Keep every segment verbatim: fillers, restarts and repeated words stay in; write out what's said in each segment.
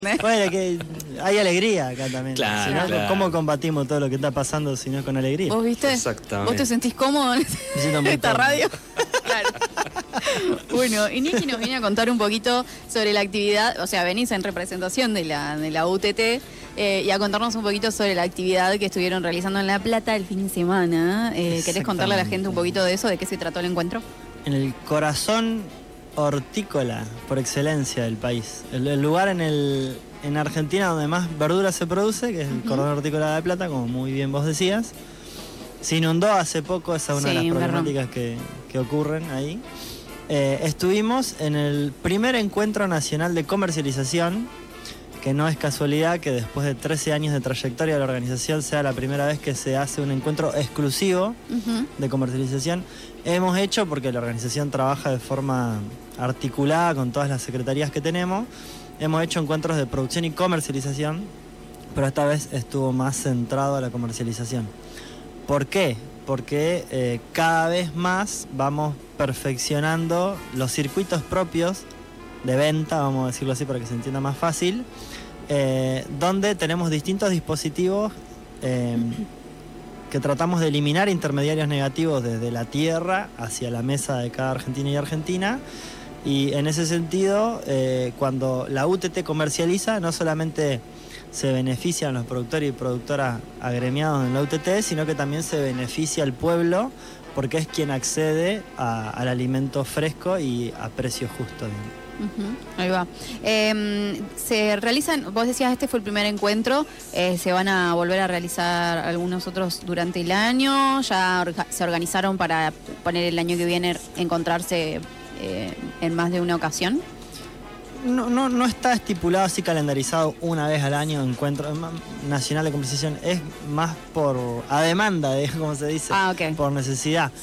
Bueno, que hay alegría acá también. Claro, Si no, claro. ¿cómo combatimos todo lo que está pasando si no es con alegría? ¿Vos viste? Exactamente. ¿Vos te sentís cómodo en Me siento muy esta cómodo. radio? Claro. Bueno, y Nicky nos viene a contar un poquito sobre la actividad, o sea, venís en representación de la, de la U T T eh, y a contarnos un poquito sobre la actividad que estuvieron realizando en La Plata el fin de semana. Eh, ¿Querés contarle a la gente un poquito de eso, de qué se trató el encuentro? En el corazón hortícola por excelencia del país. El, el lugar en el en Argentina donde más verdura se produce, que es el Ujú. cordón hortícola de La Plata, como muy bien vos decías. Se inundó hace poco, esa es una Sí, de las un garrón. problemáticas que, que ocurren ahí. Eh, estuvimos en el primer encuentro nacional de comercialización, que no es casualidad que después de trece años de trayectoria de la organización sea la primera vez que se hace un encuentro exclusivo Ujú. de comercialización. Hemos hecho, porque la organización trabaja de forma articulada con todas las secretarías que tenemos, hemos hecho encuentros de producción y comercialización, pero esta vez estuvo más centrado a la comercialización. ¿Por qué? Porque eh, cada vez más vamos perfeccionando los circuitos propios de venta, vamos a decirlo así para que se entienda más fácil, eh, donde tenemos distintos dispositivos eh, que tratamos de eliminar intermediarios negativos desde la tierra hacia la mesa de cada argentino y argentina. Y en ese sentido, eh, cuando la U T T comercializa, no solamente se benefician los productores y productoras agremiados en la U T T, sino que también se beneficia al pueblo porque es quien accede a, al alimento fresco y a precio justo. Ujú, ahí va. Eh, se realizan, vos decías, este fue el primer encuentro, eh, se van a volver a realizar algunos otros durante el año, ya orga- se organizaron para poner el año que viene encontrarse eh, en más de una ocasión. No, no, no está estipulado así calendarizado una vez al año encuentro ma- nacional de comercialización, es más por a demanda, de, como se dice, Ah, ok. por necesidad.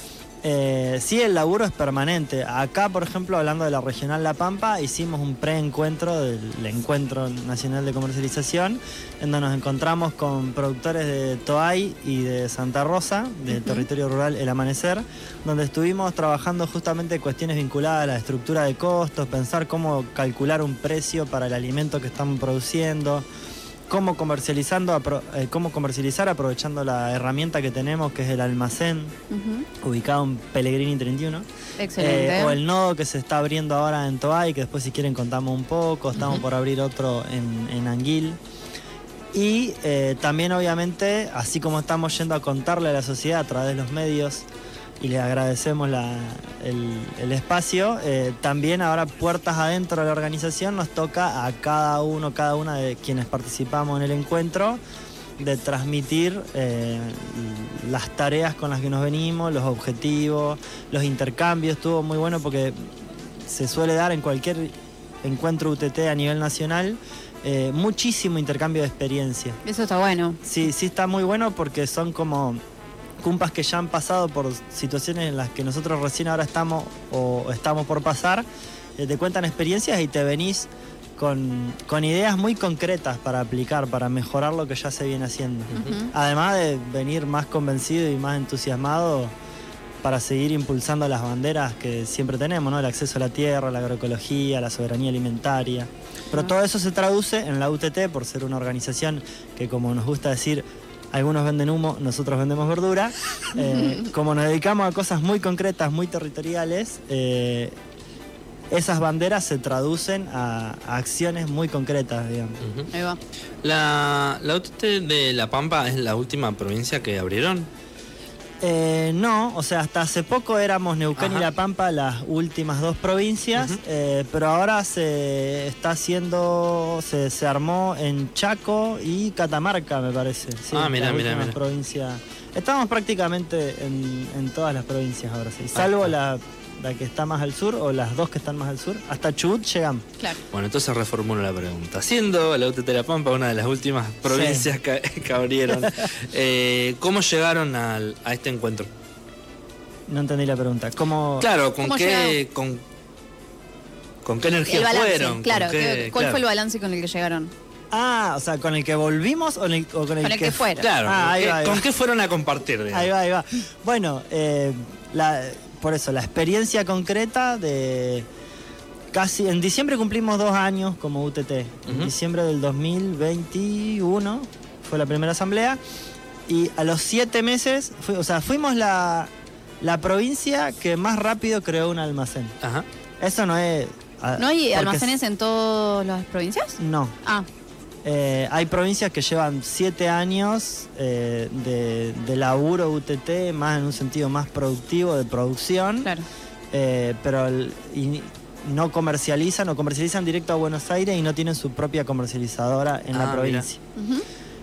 Eh, sí, el laburo es permanente. Acá, por ejemplo, hablando de la regional La Pampa, hicimos un preencuentro del Encuentro Nacional de Comercialización, en donde nos encontramos con productores de Toay y de Santa Rosa, del Ujú. territorio rural El Amanecer, donde estuvimos trabajando justamente cuestiones vinculadas a la estructura de costos, pensar cómo calcular un precio para el alimento que estamos produciendo, cómo comercializando, apro- eh, cómo comercializar aprovechando la herramienta que tenemos, que es el almacén, Ujú. ubicado en Pellegrini treinta y uno. Excelente. Eh, o el nodo que se está abriendo ahora en Toay, que después si quieren contamos un poco. Estamos Ujú. por abrir otro en, en Anguil. Y eh, también obviamente, así como estamos yendo a contarle a la sociedad a través de los medios, y les agradecemos la- el, el espacio, eh, también ahora puertas adentro de la organización nos toca a cada uno, cada una de quienes participamos en el encuentro, de transmitir eh, las tareas con las que nos venimos, los objetivos, los intercambios. Estuvo muy bueno porque se suele dar en cualquier encuentro U T T a nivel nacional eh, muchísimo intercambio de experiencia. Eso está bueno. Sí, sí está muy bueno porque son como cumpas que ya han pasado por situaciones en las que nosotros recién ahora estamos o estamos por pasar, eh, te cuentan experiencias y te venís con, con ideas muy concretas para aplicar, para mejorar lo que ya se viene haciendo. Ujú. Además de venir más convencido y más entusiasmado para seguir impulsando las banderas que siempre tenemos, ¿no? El acceso a la tierra, la agroecología, la soberanía alimentaria. Pero Ah. todo eso se traduce en la U T T por ser una organización que, como nos gusta decir, algunos venden humo, nosotros vendemos verdura. Eh, como nos dedicamos a cosas muy concretas, muy territoriales, eh, esas banderas se traducen a, a acciones muy concretas, digamos. Ujú. Ahí va. La, la U T T de La Pampa es la última provincia que abrieron. Eh, no, o sea, hasta hace poco éramos Neuquén Ajá. y La Pampa las últimas dos provincias, Ujú. eh, pero ahora se está haciendo, se, se armó en Chaco y Catamarca, me parece. Sí, Ah, mirá, las mirá, últimas mirá. provincias. Estamos prácticamente en, en todas las provincias ahora, sí, salvo Ah. la, la que está más al sur o las dos que están más al sur. Hasta Chubut llegamos. Claro. Bueno, entonces reformulo la pregunta. Siendo la U T T de La Pampa una de las últimas provincias que, que abrieron, eh, ¿cómo llegaron al- a este encuentro? No entendí la pregunta. ¿Cómo? Claro, ¿con ¿Cómo qué, llegaron? con, con qué energía El balance, fueron? claro. ¿Con qué- ¿qué- ¿Cuál claro. fue el balance con el que llegaron? Ah, o sea, ¿con el que volvimos o, en el- o con el, Con el que fuera. Claro, Ah, ¿con, ahí qué, va, ahí con va. qué fueron a compartir? digamos? Ahí va, ahí va. Bueno, eh, la, por eso, la experiencia concreta de casi en diciembre cumplimos dos años como U T T. En Ujú. diciembre del dos mil veintiuno fue la primera asamblea. Y a los siete meses, fui- o sea, fuimos la, la provincia que más rápido creó un almacén. Ajá. Eso no es... ah, ¿No hay porque almacenes en todas las provincias? No. Ah, Eh, hay provincias que llevan siete años eh, de, de laburo U T T, más en un sentido más productivo, de producción, claro. eh, pero el- y no comercializan o comercializan directo a Buenos Aires y no tienen su propia comercializadora en Ah, la provincia. Ujú.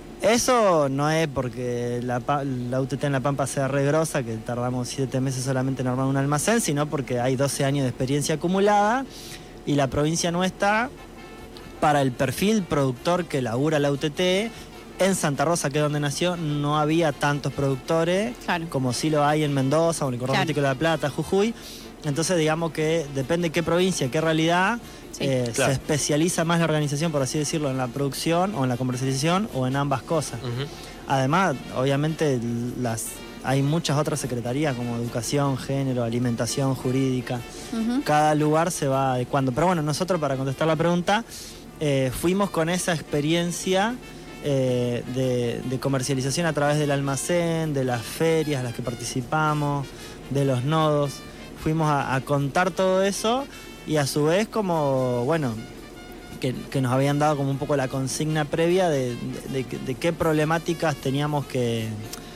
Eso no es porque la, pa- la U T T en La Pampa sea re grosa, que tardamos siete meses solamente en armar un almacén, sino porque hay doce años de experiencia acumulada y la provincia nuestra, para el perfil productor que labura la U T T, en Santa Rosa, que es donde nació, no había tantos productores Claro. como sí lo hay en Mendoza, o en el Cordón Claro. Atlético de La Plata, Jujuy. Entonces digamos que depende qué provincia, qué realidad, Sí, eh, claro. se especializa más la organización, por así decirlo, en la producción o en la comercialización o en ambas cosas. Ujú. Además, obviamente, las hay muchas otras secretarías como educación, género, alimentación, jurídica. Ujú. Cada lugar se va adecuando. Pero bueno, nosotros, para contestar la pregunta, eh, fuimos con esa experiencia eh, de, de comercialización a través del almacén, de las ferias a las que participamos, de los nodos. Fuimos a, a contar todo eso y a su vez como, bueno, que, que nos habían dado como un poco la consigna previa de, de- de- de qué problemáticas teníamos que,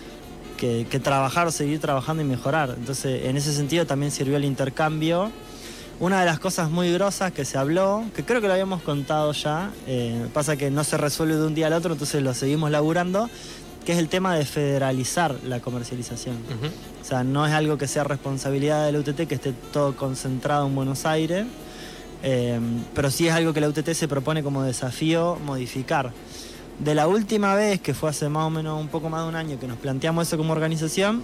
que, que trabajar o seguir trabajando y mejorar. Entonces, en ese sentido también sirvió el intercambio. Una de las cosas muy grosas que se habló, que creo que lo habíamos contado ya, eh, pasa que no se resuelve de un día al otro, entonces lo seguimos laburando, que es el tema de federalizar la comercialización. Ujú. O sea, no es algo que sea responsabilidad de la U T T, que esté todo concentrado en Buenos Aires, eh, pero sí es algo que la U T T se propone como desafío modificar. De la última vez, que fue hace más o menos un poco más de un año que nos planteamos eso como organización,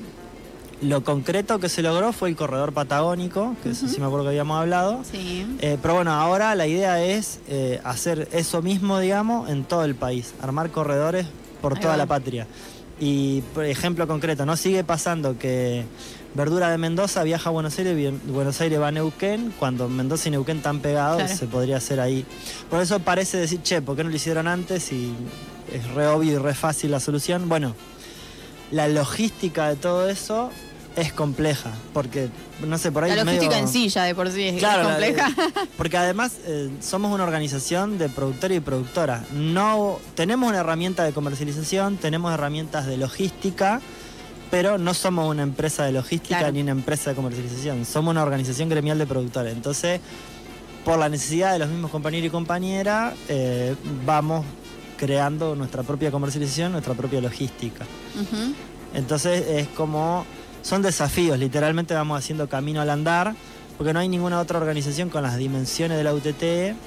lo concreto que se logró fue el corredor patagónico, que eso sí me acuerdo que habíamos hablado. Sí. Eh, pero bueno, ahora la idea es eh, hacer eso mismo, digamos, en todo el país, armar corredores por Ahí toda va. la patria. Y, por ejemplo concreto, no sigue pasando que verdura de Mendoza viaja a Buenos Aires y Buenos Aires va a Neuquén, cuando Mendoza y Neuquén están pegados, Claro. se podría hacer ahí. Por eso parece decir, che, ¿por qué no lo hicieron antes? Y es re obvio y re fácil la solución. Bueno, la logística de todo eso es compleja, porque, no sé, por ahí La logística medio- en sí ya de por sí es Claro, la- compleja. porque además eh, somos una organización de productores y productoras. No, tenemos una herramienta de comercialización, tenemos herramientas de logística, pero no somos una empresa de logística Claro. ni una empresa de comercialización. Somos una organización gremial de productores. Entonces, por la necesidad de los mismos compañeros y compañeras, eh, vamos creando nuestra propia comercialización, nuestra propia logística. Ujú. Entonces es como, son desafíos, literalmente vamos haciendo camino al andar, porque no hay ninguna otra organización con las dimensiones de la U T T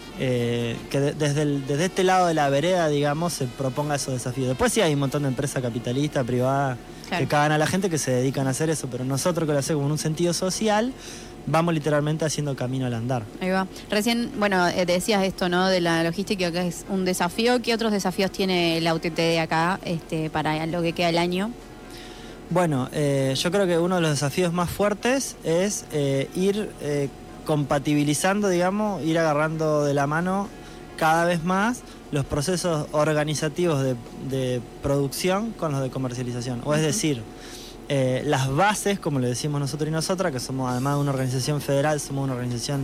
eh, que de- desde, el- desde este lado de la vereda, digamos, se proponga esos desafíos. Después sí hay un montón de empresas capitalistas, privadas, Claro. que cagan a la gente que se dedican a hacer eso, pero nosotros que lo hacemos en un sentido social, vamos literalmente haciendo camino al andar. Ahí va. Recién, bueno, eh, decías esto, ¿no? De la logística, que es un desafío. ¿Qué otros desafíos tiene la U T T de acá este, para lo que queda el año? Bueno, eh, yo creo que uno de los desafíos más fuertes es eh, ir eh, compatibilizando, digamos, ir agarrando de la mano cada vez más los procesos organizativos de, de producción con los de comercialización. O es Ujú. decir, eh, las bases, como le decimos nosotros y nosotras, que somos además de una organización federal, somos una organización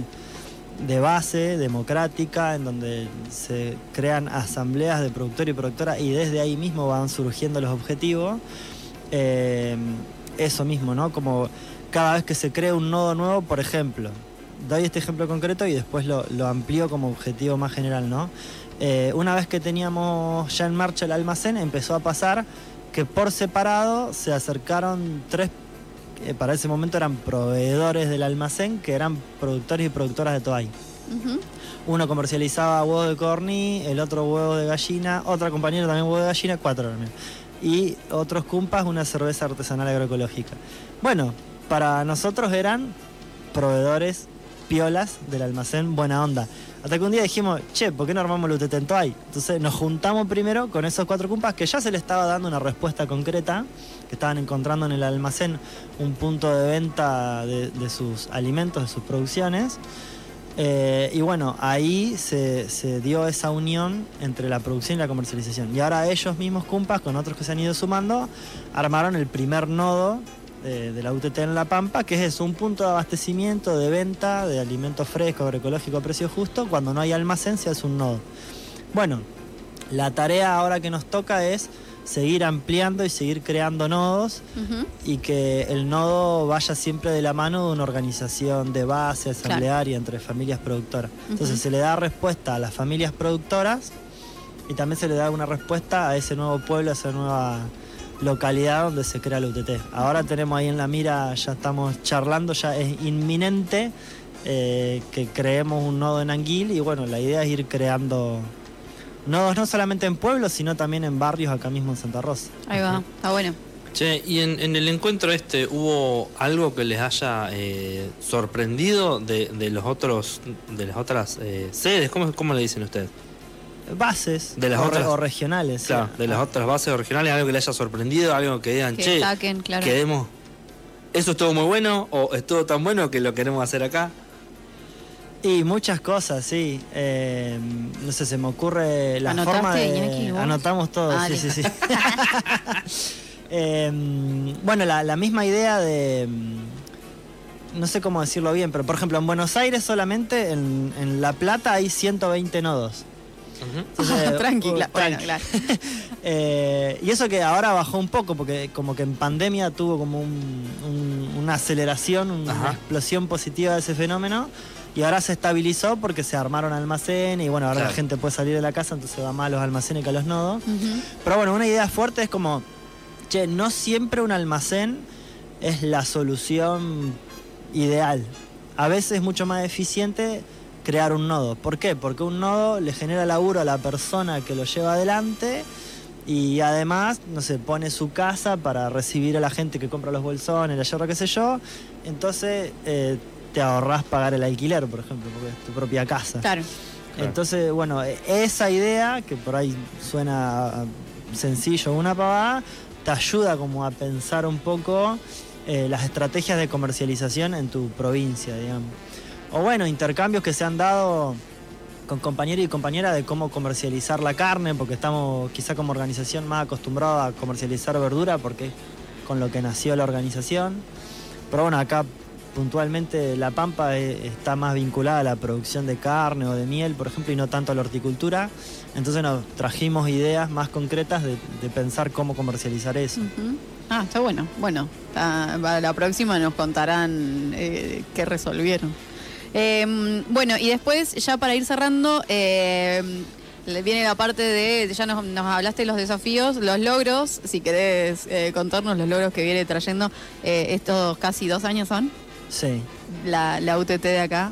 de base, democrática, en donde se crean asambleas de productor y productora y desde ahí mismo van surgiendo los objetivos. Eh, eso mismo, ¿no? Como cada vez que se crea un nodo nuevo, por ejemplo, doy este ejemplo concreto y después lo, lo amplío como objetivo más general, ¿no? Eh, una vez que teníamos ya en marcha el almacén, empezó a pasar que por separado se acercaron tres, eh, para ese momento eran proveedores del almacén, que eran productores y productoras de toalla. Ujú. Uno comercializaba huevos de corní, el otro huevos de gallina, otra compañera también huevos de gallina, cuatro también. Y otros cumpas, una cerveza artesanal agroecológica. Bueno, para nosotros eran proveedores piolas del almacén buena onda. Hasta que un día dijimos, che, ¿por qué no armamos el U T T en Toay? Entonces nos juntamos primero con esos cuatro cumpas que ya se le estaba dando una respuesta concreta, que estaban encontrando en el almacén un punto de venta de, de sus alimentos, de sus producciones. Eh, y bueno, ahí se, se dio esa unión entre la producción y la comercialización. Y ahora ellos mismos, Cumpas, con otros que se han ido sumando, armaron el primer nodo de, de la U T T en La Pampa, que es eso, un punto de abastecimiento, de venta de alimentos frescos, agroecológicos a precio justo. Cuando no hay almacén, se hace un nodo. Bueno, la tarea ahora que nos toca es seguir ampliando y seguir creando nodos, uh-huh. y que el nodo vaya siempre de la mano de una organización de base asamblearia, claro, entre familias productoras. Uh-huh. Entonces se le da respuesta a las familias productoras y también se le da una respuesta a ese nuevo pueblo, a esa nueva localidad donde se crea la U T T. Ahora tenemos ahí en la mira, ya estamos charlando, ya es inminente eh, que creemos un nodo en Anguil, y bueno, la idea es ir creando nodos no solamente en pueblos, sino también en barrios acá mismo en Santa Rosa. Ahí va, está bueno. Che, y en, en el encuentro este, ¿hubo algo que les haya eh, sorprendido de, de los otros, de las otras eh, sedes? ¿Cómo, ¿Cómo le dicen ustedes? Bases de las o, otras, o regionales. Claro, sí. de las otras bases o regionales, algo que les haya sorprendido, algo que digan, que che, destaquen, claro, quedemos, eso estuvo muy bueno, o estuvo tan bueno que lo queremos hacer acá. Y muchas cosas, sí. Eh, no sé, se me ocurre la ¿Anotaste, forma de... Iñaki, vos? Anotamos todo, ah, sí, sí, sí, eh, bueno, la, la misma idea de... No sé cómo decirlo bien, pero por ejemplo, en Buenos Aires solamente, en, en La Plata hay ciento veinte nodos. Uh-huh. Entonces, Tranquila, uh, bueno, tranqui. claro. eh, y eso que ahora bajó un poco, porque como que en pandemia tuvo como un, un, una aceleración, una Ajá. explosión positiva de ese fenómeno. Y ahora se estabilizó porque se armaron almacenes y bueno, ahora claro, la gente puede salir de la casa, entonces va más a los almacenes que a los nodos. Uh-huh. Pero bueno, una idea fuerte es como, che, no siempre un almacén es la solución ideal. A veces es mucho más eficiente crear un nodo. ¿Por qué? Porque un nodo le genera laburo a la persona que lo lleva adelante y además, no sé, pone su casa para recibir a la gente que compra los bolsones, la yerba, qué sé yo. Entonces... Eh, te ahorrás pagar el alquiler, por ejemplo, porque es tu propia casa. Claro. Entonces, bueno, esa idea, que por ahí suena sencillo, una pavada, te ayuda como a pensar un poco eh, las estrategias de comercialización en tu provincia, digamos. O bueno, intercambios que se han dado con compañeros y compañeras de cómo comercializar la carne, porque estamos quizá como organización más acostumbrados a comercializar verdura, porque es con lo que nació la organización. Pero bueno, acá puntualmente La Pampa está más vinculada a la producción de carne o de miel, por ejemplo, y no tanto a la horticultura. Entonces nos trajimos ideas más concretas de, de pensar cómo comercializar eso. Uh-huh. Ah, está bueno. Bueno, a, a la próxima nos contarán eh, qué resolvieron. Eh, bueno, y después, ya para ir cerrando, eh, viene la parte de, ya nos, nos hablaste de los desafíos, los logros, si querés eh, contarnos los logros que viene trayendo eh, estos casi dos años son. Sí. La, la U T T de acá.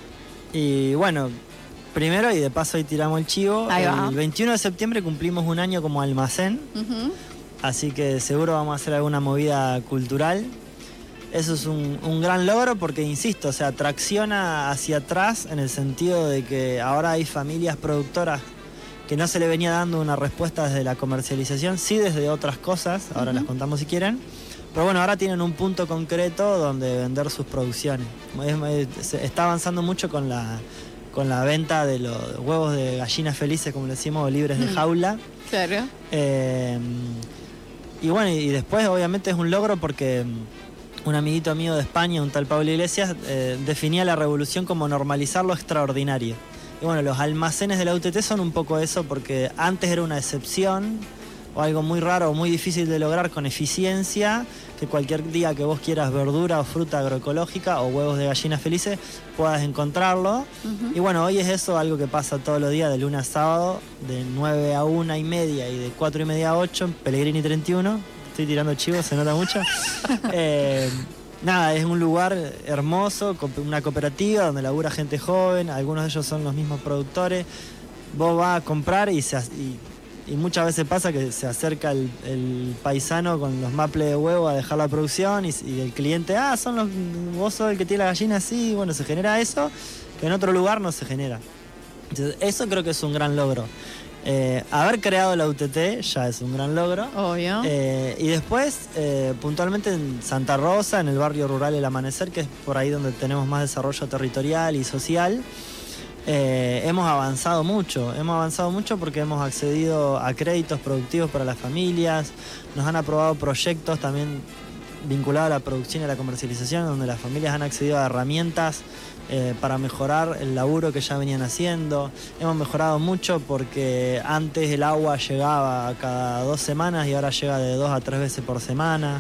Y bueno, primero, y de paso ahí tiramos el chivo, Ahí va. el veintiuno de septiembre cumplimos un año como almacén, Uh-huh. así que seguro vamos a hacer alguna movida cultural. Eso es un, un gran logro porque, insisto, o sea, tracciona hacia atrás en el sentido de que ahora hay familias productoras que no se le venía dando una respuesta desde la comercialización, sí desde otras cosas, ahora uh-huh. las contamos si quieren. Pero bueno, ahora tienen un punto concreto donde vender sus producciones. Se está avanzando mucho con la, con la venta de los huevos de gallinas felices, como le decimos, o libres de jaula. Claro. Eh, y bueno, y después obviamente es un logro porque un amiguito mío de España, un tal Pablo Iglesias, eh, definía la revolución como normalizar lo extraordinario. Y bueno, los almacenes de la U T T son un poco eso, porque antes era una excepción o algo muy raro o muy difícil de lograr con eficiencia, que cualquier día que vos quieras verdura o fruta agroecológica o huevos de gallinas felices puedas encontrarlo. Uh-huh. Y bueno, hoy es eso, algo que pasa todos los días de lunes a sábado, de nueve a una y media y de cuatro y media a ocho en Pellegrini treinta y uno. Estoy tirando chivos, se nota mucho. eh, nada, es un lugar hermoso, una cooperativa donde labura gente joven, algunos de ellos son los mismos productores. Vos vas a comprar y se... Y, Y muchas veces pasa que se acerca el, el paisano con los maples de huevo a dejar la producción y, y el cliente, ah, son los, vos sos el que tiene la gallina, sí, y bueno, se genera eso, que en otro lugar no se genera. Entonces, eso creo que es un gran logro. Eh, haber creado la U T T ya es un gran logro. Obvio. Eh, y después, eh, puntualmente en Santa Rosa, en el barrio rural El Amanecer, que es por ahí donde tenemos más desarrollo territorial y social, eh, hemos avanzado mucho. Hemos avanzado mucho porque hemos accedido a créditos productivos para las familias, nos han aprobado proyectos también vinculados a la producción y a la comercialización, donde las familias han accedido a herramientas Eh, para mejorar el laburo que ya venían haciendo. Hemos mejorado mucho porque antes el agua llegaba cada dos semanas y ahora llega de dos a tres veces por semana.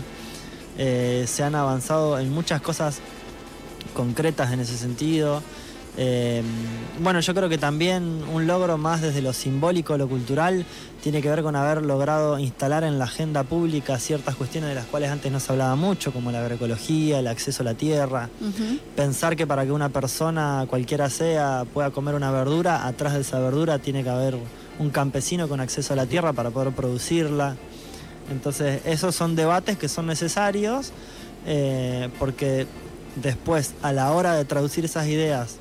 Eh, se han avanzado en muchas cosas concretas en ese sentido. Eh, bueno, yo creo que también un logro más desde lo simbólico, lo cultural, tiene que ver con haber logrado instalar en la agenda pública ciertas cuestiones de las cuales antes no se hablaba mucho, como la agroecología, el acceso a la tierra. Uh-huh. Pensar que para que una persona, cualquiera sea, pueda comer una verdura, atrás de esa verdura tiene que haber un campesino con acceso a la tierra para poder producirla. Entonces, esos son debates que son necesarios, eh, porque después, a la hora de traducir esas ideas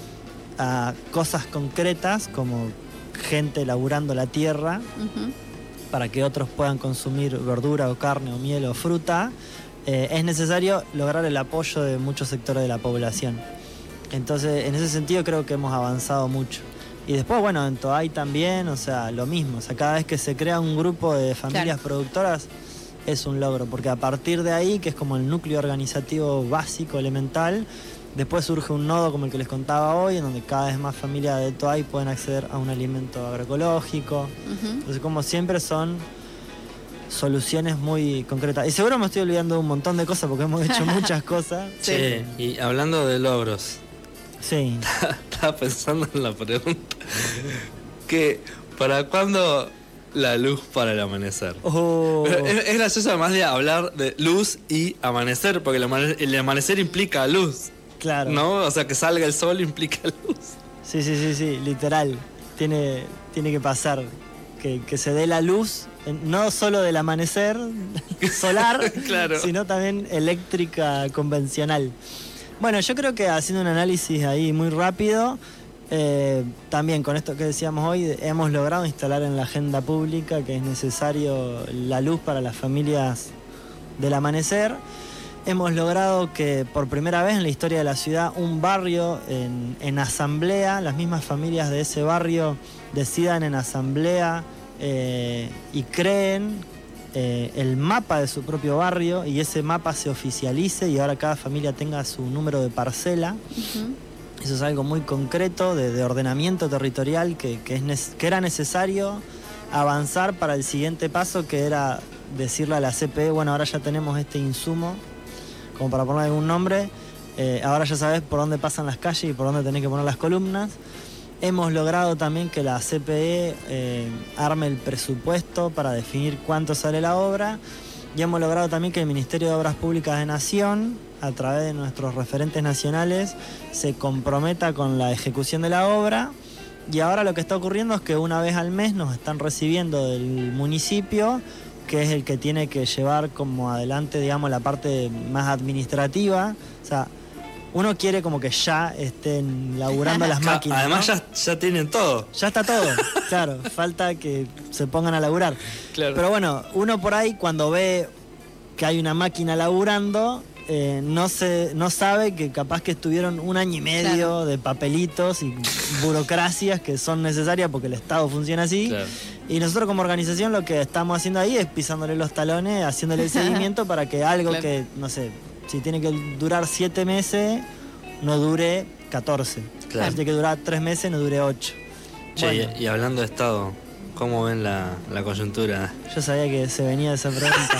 a cosas concretas como gente laburando la tierra, uh-huh, para que otros puedan consumir verdura o carne o miel o fruta, eh, es necesario lograr el apoyo de muchos sectores de la población. Entonces, en ese sentido creo que hemos avanzado mucho. Y después, bueno, en Toay también, o sea, lo mismo. O sea, cada vez que se crea un grupo de familias, claro, productoras, es un logro, porque a partir de ahí, que es como el núcleo organizativo básico, elemental, después surge un nodo como el que les contaba hoy, en donde cada vez más familias de Toay pueden acceder a un alimento agroecológico. Uh-huh. Entonces, como siempre, son soluciones muy concretas. Y seguro me estoy olvidando de un montón de cosas porque hemos hecho muchas cosas. Sí, sí. Y hablando de logros. Sí. Estaba pensando en la pregunta. Que, ¿para cuándo la luz para el amanecer? Oh. Pero es, es gracioso además de hablar de luz y amanecer, porque el amanecer, el amanecer implica luz. Claro. ¿No? O sea, que salga el sol implica luz. Sí, sí, sí, sí, literal. Tiene, tiene que pasar. Que, que se dé la luz, no solo del amanecer solar, claro, sino también eléctrica convencional. Bueno, yo creo que haciendo un análisis ahí muy rápido, eh, también con esto que decíamos hoy, hemos logrado instalar en la agenda pública que es necesario la luz para las familias del amanecer. Hemos logrado que por primera vez en la historia de la ciudad un barrio en, en asamblea, las mismas familias de ese barrio decidan en asamblea eh, y creen eh, el mapa de su propio barrio y ese mapa se oficialice y ahora cada familia tenga su número de parcela. Uh-huh. Eso es algo muy concreto de, de ordenamiento territorial que, que, es, que era necesario avanzar para el siguiente paso, que era decirle a la C P E, bueno, ahora ya tenemos este insumo, como para poner algún nombre, eh, ahora ya sabes por dónde pasan las calles y por dónde tenés que poner las columnas. Hemos logrado también que la C P E eh, arme el presupuesto para definir cuánto sale la obra, y hemos logrado también que el Ministerio de Obras Públicas de Nación, a través de nuestros referentes nacionales, se comprometa con la ejecución de la obra. Y ahora lo que está ocurriendo es que una vez al mes nos están recibiendo del municipio, que es el que tiene que llevar como adelante, digamos, la parte más administrativa. O sea, uno quiere como que ya estén laburando las máquinas, además, ¿no? ya, ya tienen todo. Ya está todo, claro. Falta que se pongan a laburar. Claro. Pero bueno, uno por ahí cuando ve que hay una máquina laburando, eh, no, se, no sabe que capaz que estuvieron un año y medio, claro, de papelitos y burocracias que son necesarias porque el Estado funciona así. Claro. Y nosotros como organización lo que estamos haciendo ahí es pisándole los talones, haciéndole el seguimiento para que algo, claro, que, no sé, si tiene que durar siete meses, no dure catorce. Claro. Si tiene que durar tres meses, no dure ocho. Che, bueno. y, y hablando de Estado, ¿cómo ven la, la coyuntura? Yo sabía que se venía esa pregunta.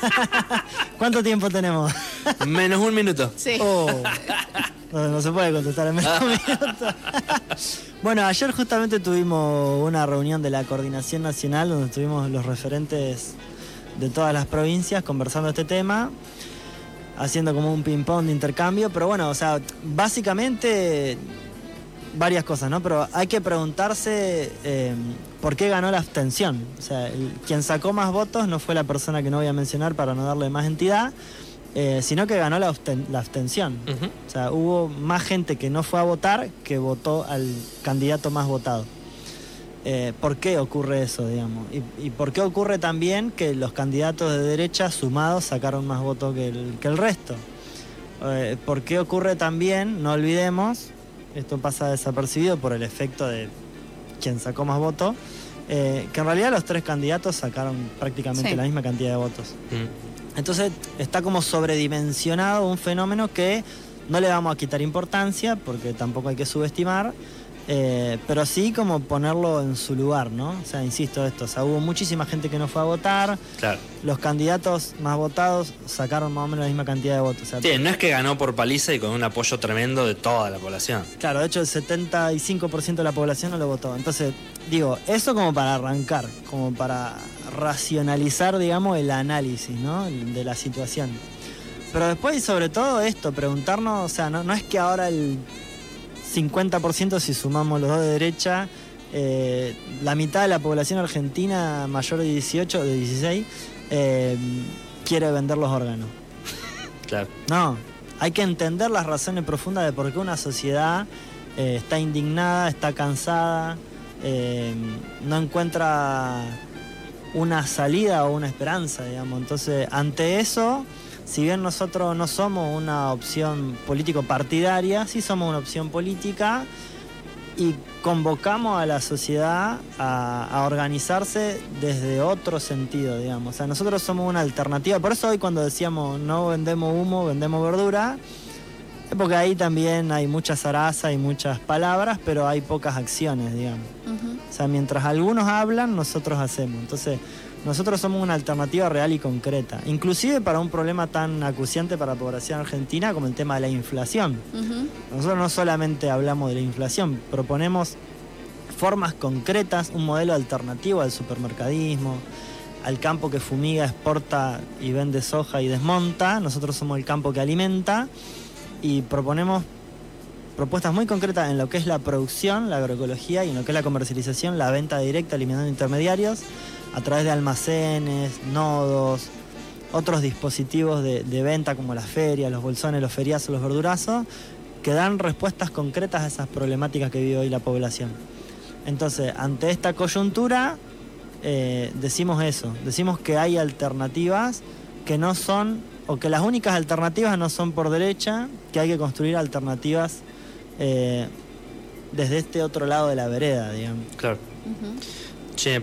¿Cuánto tiempo tenemos? Menos un minuto. Sí. Oh, no, no se puede contestar en menos un minuto. Bueno, ayer justamente tuvimos una reunión de la Coordinación Nacional donde estuvimos los referentes de todas las provincias conversando este tema, haciendo como un ping-pong de intercambio, pero bueno, o sea, básicamente varias cosas, ¿no? Pero hay que preguntarse eh, por qué ganó la abstención. O sea, el, quien sacó más votos no fue la persona que no voy a mencionar para no darle más entidad, eh, sino que ganó la, absten- la abstención. Uh-huh. O sea, hubo más gente que no fue a votar que votó al candidato más votado. eh, por qué ocurre eso, digamos. Y, y por qué ocurre también que los candidatos de derecha sumados sacaron más votos que el, que el resto. Eh, por qué ocurre también, no olvidemos, esto pasa desapercibido por el efecto de quien sacó más votos, eh, que en realidad los tres candidatos sacaron prácticamente Sí. la misma cantidad de votos. Mm. Entonces está como sobredimensionado un fenómeno que no le vamos a quitar importancia porque tampoco hay que subestimar, eh, pero sí como ponerlo en su lugar, ¿no? O sea, insisto esto, o sea, hubo muchísima gente que no fue a votar, Claro. los candidatos más votados sacaron más o menos la misma cantidad de votos. O sea, Sí, no es que ganó por paliza y con un apoyo tremendo de toda la población. claro, de hecho el setenta y cinco por ciento de la población no lo votó. Entonces, digo, eso como para arrancar, como para racionalizar, digamos, el análisis, ¿no? De la situación. Pero después y sobre todo esto, preguntarnos, o sea, no, no es que ahora el cincuenta por ciento si sumamos los dos de derecha, eh, la mitad de la población argentina mayor de dieciocho, de dieciséis, eh, quiere vender los órganos. Claro. No, hay que entender las razones profundas de por qué una sociedad eh, está indignada, está cansada, eh, no encuentra una salida o una esperanza, digamos. Entonces, ante eso, si bien nosotros no somos una opción político-partidaria, sí somos una opción política y convocamos a la sociedad a, a organizarse desde otro sentido, digamos. O sea, nosotros somos una alternativa. Por eso hoy cuando decíamos no vendemos humo, vendemos verdura, es porque ahí también hay mucha zaraza y muchas palabras, pero hay pocas acciones, digamos. Ujú. O sea, mientras algunos hablan, nosotros hacemos. Entonces, nosotros somos una alternativa real y concreta, inclusive para un problema tan acuciante para la población argentina como el tema de la inflación. Ujú. Nosotros no solamente hablamos de la inflación, proponemos formas concretas, un modelo alternativo al supermercadismo, al campo que fumiga, exporta y vende soja y desmonta. Nosotros somos el campo que alimenta y proponemos propuestas muy concretas en lo que es la producción, la agroecología, y en lo que es la comercialización, la venta directa, eliminando intermediarios, a través de almacenes, nodos, otros dispositivos de, de venta como las ferias, los bolsones, los feriazos, los verdurazos, que dan respuestas concretas a esas problemáticas que vive hoy la población. Entonces, ante esta coyuntura, eh, decimos eso, decimos que hay alternativas que no son, o que las únicas alternativas no son por derecha, que hay que construir alternativas eh, desde este otro lado de la vereda, digamos. Claro. Ujú. Che,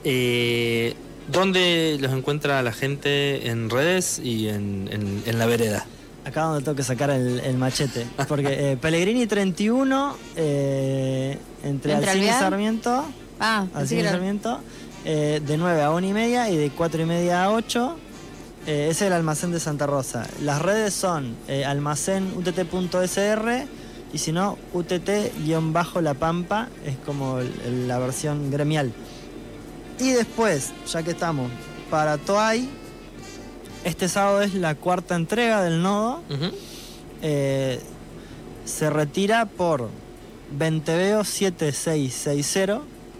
eh, ¿dónde los encuentra la gente en redes y en, en, en la vereda? Acá donde tengo que sacar el, el machete. Porque eh, Pellegrini treinta y uno, eh, entre ¿Entre Alcina y Alvear? Sarmiento, Ah, pensé Alcina que y era- Sarmiento, eh, de nueve a una y media y de cuatro y media a ocho. Eh, ese es el almacén de Santa Rosa. Las redes son eh, almacén u t t punto s r y si no, U T T-La Pampa, es como el- el- la versión gremial. Y después, ya que estamos, para Toay, este sábado es la cuarta entrega del nodo. Ujú. Eh, se retira por Venteveo siete seis seis cero,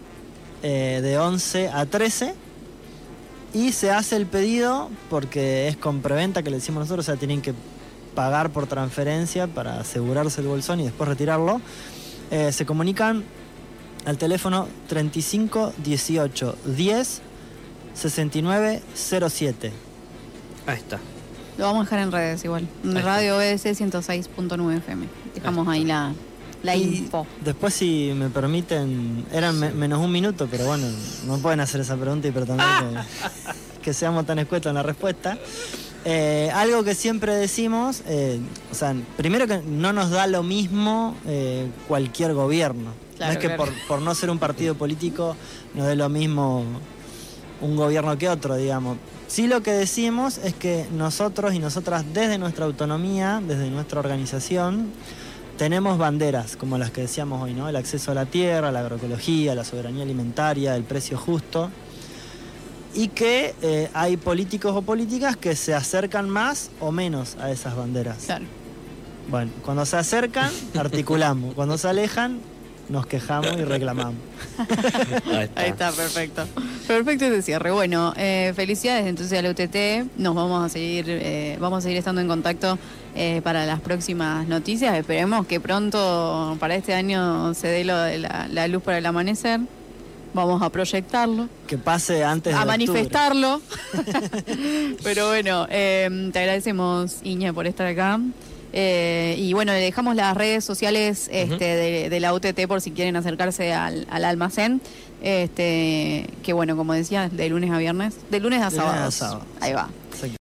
eh, de once a trece, y se hace el pedido porque es con preventa, que le decimos nosotros, o sea, tienen que pagar por transferencia para asegurarse el bolsón y después retirarlo. Eh, se comunican al teléfono treinta y cinco dieciocho diez sesenta y nueve cero siete. Ahí está. Lo vamos a dejar en redes igual. En Ahí está. Radio O B S ciento seis punto nueve F M. Dejamos ahí la, la Y info. después, si me permiten, eran me- menos un minuto, pero bueno, no pueden hacer esa pregunta y pretender que, que seamos tan escuetos en la respuesta. Eh, algo que siempre decimos, eh, o sea, primero que no nos da lo mismo eh, cualquier gobierno. Claro, no es que claro. por, por no ser un partido político nos dé lo mismo un gobierno que otro, digamos. Sí, lo que decimos es que nosotros y nosotras desde nuestra autonomía, desde nuestra organización, tenemos banderas como las que decíamos hoy, ¿no? El acceso a la tierra, la agroecología, la soberanía alimentaria, el precio justo. Y que eh, hay políticos o políticas que se acercan más o menos a esas banderas. Claro. Bueno, cuando se acercan, articulamos. Cuando se alejan, nos quejamos y reclamamos. Ahí está. Ahí está, perfecto. Perfecto ese cierre. Bueno, eh, felicidades entonces a la U T T. Nos vamos a seguir, eh, vamos a seguir estando en contacto eh, para las próximas noticias. Esperemos que pronto para este año se dé lo de la, la luz para el amanecer. Vamos a proyectarlo. Que pase antes de A octubre. manifestarlo. Pero bueno, eh, te agradecemos, Iña, por estar acá. Eh, y bueno, le dejamos las redes sociales este, uh-huh. de, de la U T T por si quieren acercarse al, al almacén. Este, que bueno, como decía, de lunes a viernes. De lunes a sábado. sábado. Ahí va. Exacto.